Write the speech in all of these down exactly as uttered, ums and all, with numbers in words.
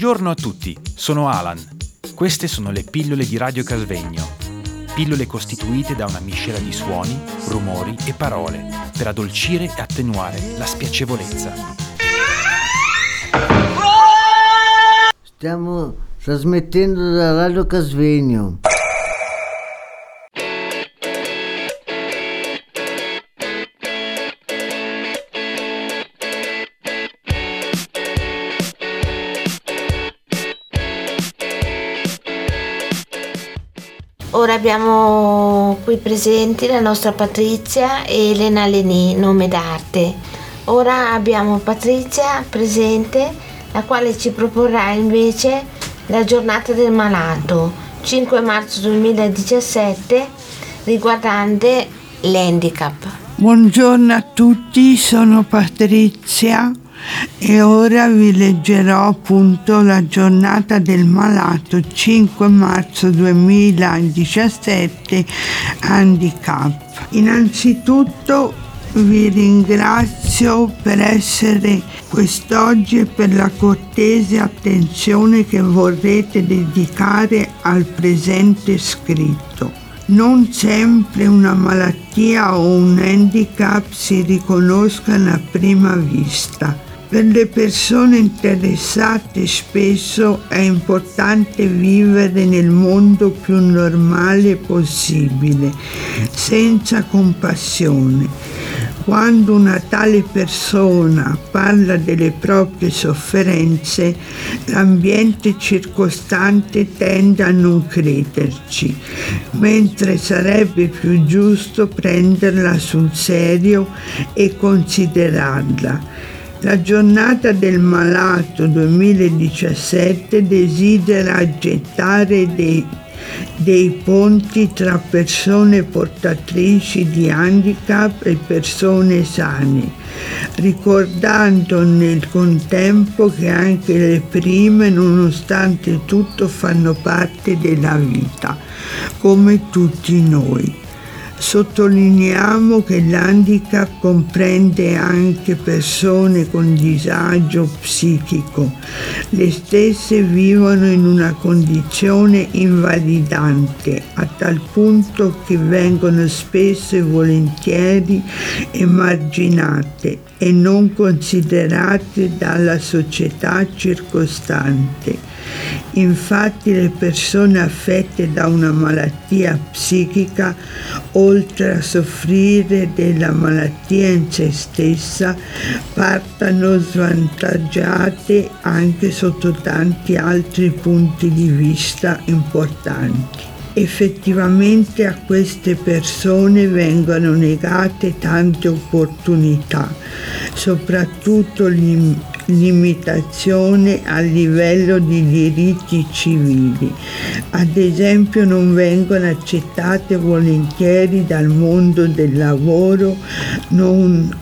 Buongiorno a tutti, sono Alan. Queste sono le pillole di Radio Casvegno. Pillole costituite da una miscela di suoni, rumori e parole per addolcire e attenuare la spiacevolezza. Stiamo trasmettendo da Radio Casvegno. Ora abbiamo qui presenti la nostra Patrizia e Elena Leni, nome d'arte. Ora abbiamo Patrizia presente, la quale ci proporrà invece la giornata del malato, cinque marzo duemiladiciassette, riguardante l'handicap. Buongiorno a tutti, sono Patrizia e ora vi leggerò appunto la giornata del malato, cinque marzo duemiladiciassette, handicap. Innanzitutto vi ringrazio per essere quest'oggi e per la cortese attenzione che vorrete dedicare al presente scritto. Non sempre una malattia o un handicap si riconoscono a prima vista. Per le persone interessate spesso è importante vivere nel mondo più normale possibile, senza compassione. Quando una tale persona parla delle proprie sofferenze, l'ambiente circostante tende a non crederci, mentre sarebbe più giusto prenderla sul serio e considerarla. La giornata del malato duemiladiciassette desidera gettare dei, dei ponti tra persone portatrici di handicap e persone sane, ricordando nel contempo che anche le prime, nonostante tutto, fanno parte della vita, come tutti noi. Sottolineiamo che l'handicap comprende anche persone con disagio psichico. Le stesse vivono in una condizione invalidante, a tal punto che vengono spesso e volentieri emarginate e non considerate dalla società circostante. Infatti le persone affette da una malattia psichica, oltre a soffrire della malattia in sé stessa, partono svantaggiate anche sotto tanti altri punti di vista importanti. Effettivamente a queste persone vengono negate tante opportunità, soprattutto lim- limitazione a livello di diritti civili. Ad esempio non vengono accettate volentieri dal mondo del lavoro, non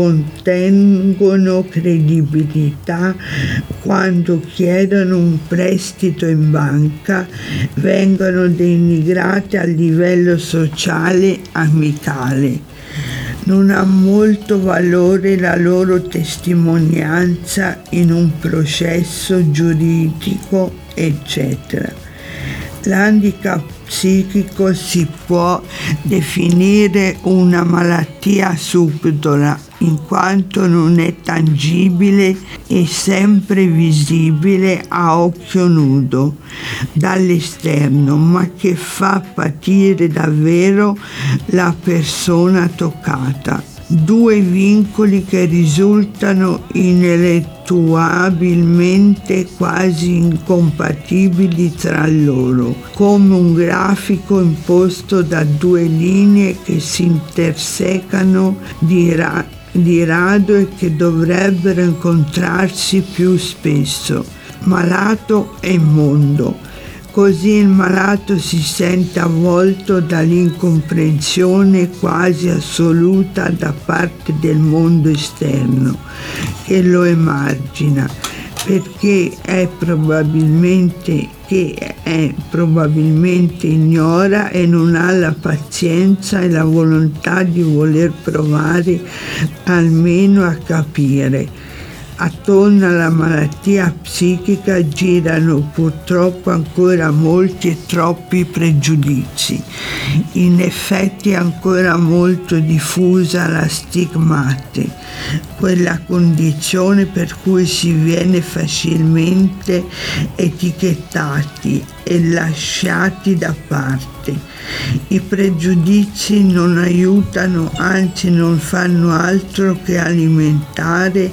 contengono credibilità quando chiedono un prestito in banca, vengono denigrate a livello sociale amicale. Non ha molto valore la loro testimonianza in un processo giuridico, eccetera. L'handicap psichico si può definire una malattia subdola, in quanto non è tangibile e sempre visibile a occhio nudo dall'esterno, ma che fa patire davvero la persona toccata. Due vincoli che risultano ineluttabilmente quasi incompatibili tra loro, come un grafico imposto da due linee che si intersecano di, ra- di rado e che dovrebbero incontrarsi più spesso: malato e mondo. Così il malato si sente avvolto dall'incomprensione quasi assoluta da parte del mondo esterno, che lo emargina, perché è probabilmente che è probabilmente ignora e non ha la pazienza e la volontà di voler provare almeno a capire. Attorno alla malattia psichica girano purtroppo ancora molti e troppi pregiudizi. In effetti è ancora molto diffusa la stigmate, quella condizione per cui si viene facilmente etichettati e lasciati da parte. I pregiudizi non aiutano, anzi non fanno altro che alimentare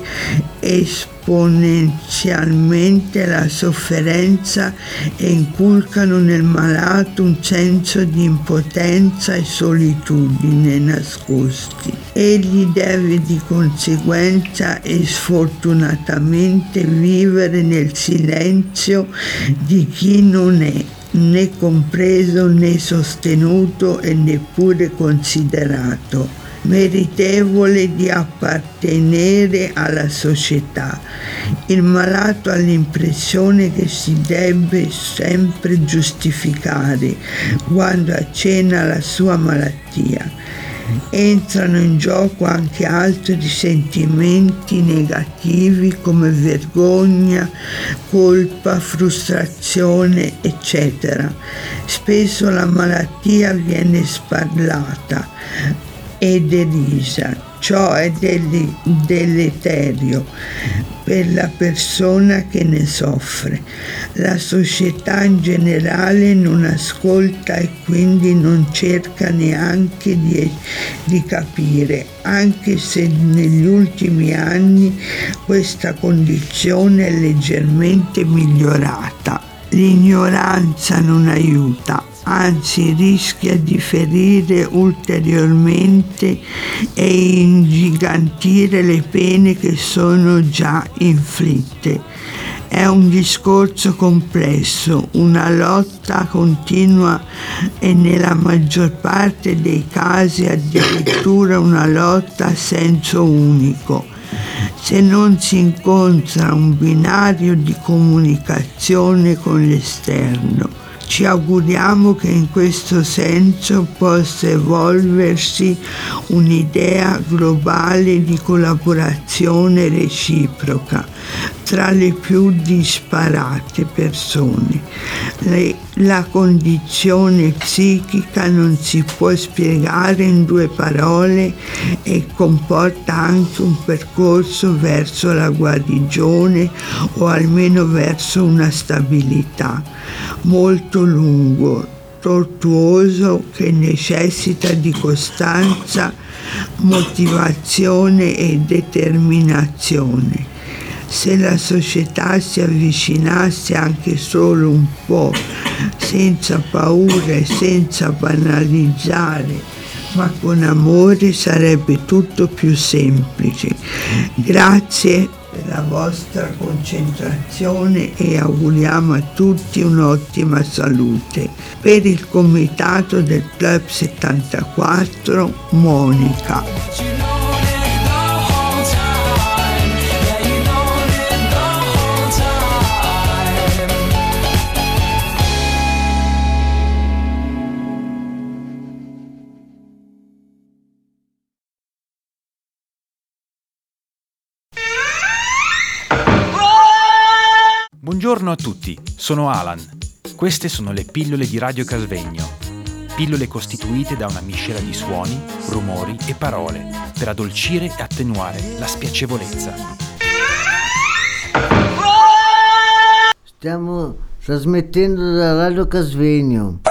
esponenzialmente la sofferenza e inculcano nel malato un senso di impotenza e solitudine nascosti. Egli deve di conseguenza e sfortunatamente vivere nel silenzio di chi non è né compreso né sostenuto e neppure considerato, meritevole di appartenere alla società. Il malato ha l'impressione che si debba sempre giustificare quando accenna la sua malattia. Entrano in gioco anche altri sentimenti negativi come vergogna, colpa, frustrazione, eccetera. Spesso la malattia viene sparlata e derisa. Ciò è del- deleterio per la persona che ne soffre. La società in generale non ascolta e quindi non cerca neanche di, di capire, anche se negli ultimi anni questa condizione è leggermente migliorata. L'ignoranza non aiuta, anzi rischia di ferire ulteriormente e ingigantire le pene che sono già inflitte. È un discorso complesso, una lotta continua e nella maggior parte dei casi addirittura una lotta a senso unico. Se non si incontra un binario di comunicazione con l'esterno. Ci auguriamo che in questo senso possa evolversi un'idea globale di collaborazione reciproca tra le più disparate persone. Le, la condizione psichica non si può spiegare in due parole e comporta anche un percorso verso la guarigione o almeno verso una stabilità molto lungo, tortuoso, che necessita di costanza, motivazione e determinazione. Se la società si avvicinasse anche solo un po', senza paura e senza banalizzare, ma con amore, sarebbe tutto più semplice. Grazie per la vostra concentrazione e auguriamo a tutti un'ottima salute. Per il comitato del Club settantaquattro, Monica. Buongiorno a tutti, sono Alan. Queste sono le pillole di Radio Casvegno. Pillole costituite da una miscela di suoni, rumori e parole per addolcire e attenuare la spiacevolezza. Stiamo trasmettendo da Radio Casvegno.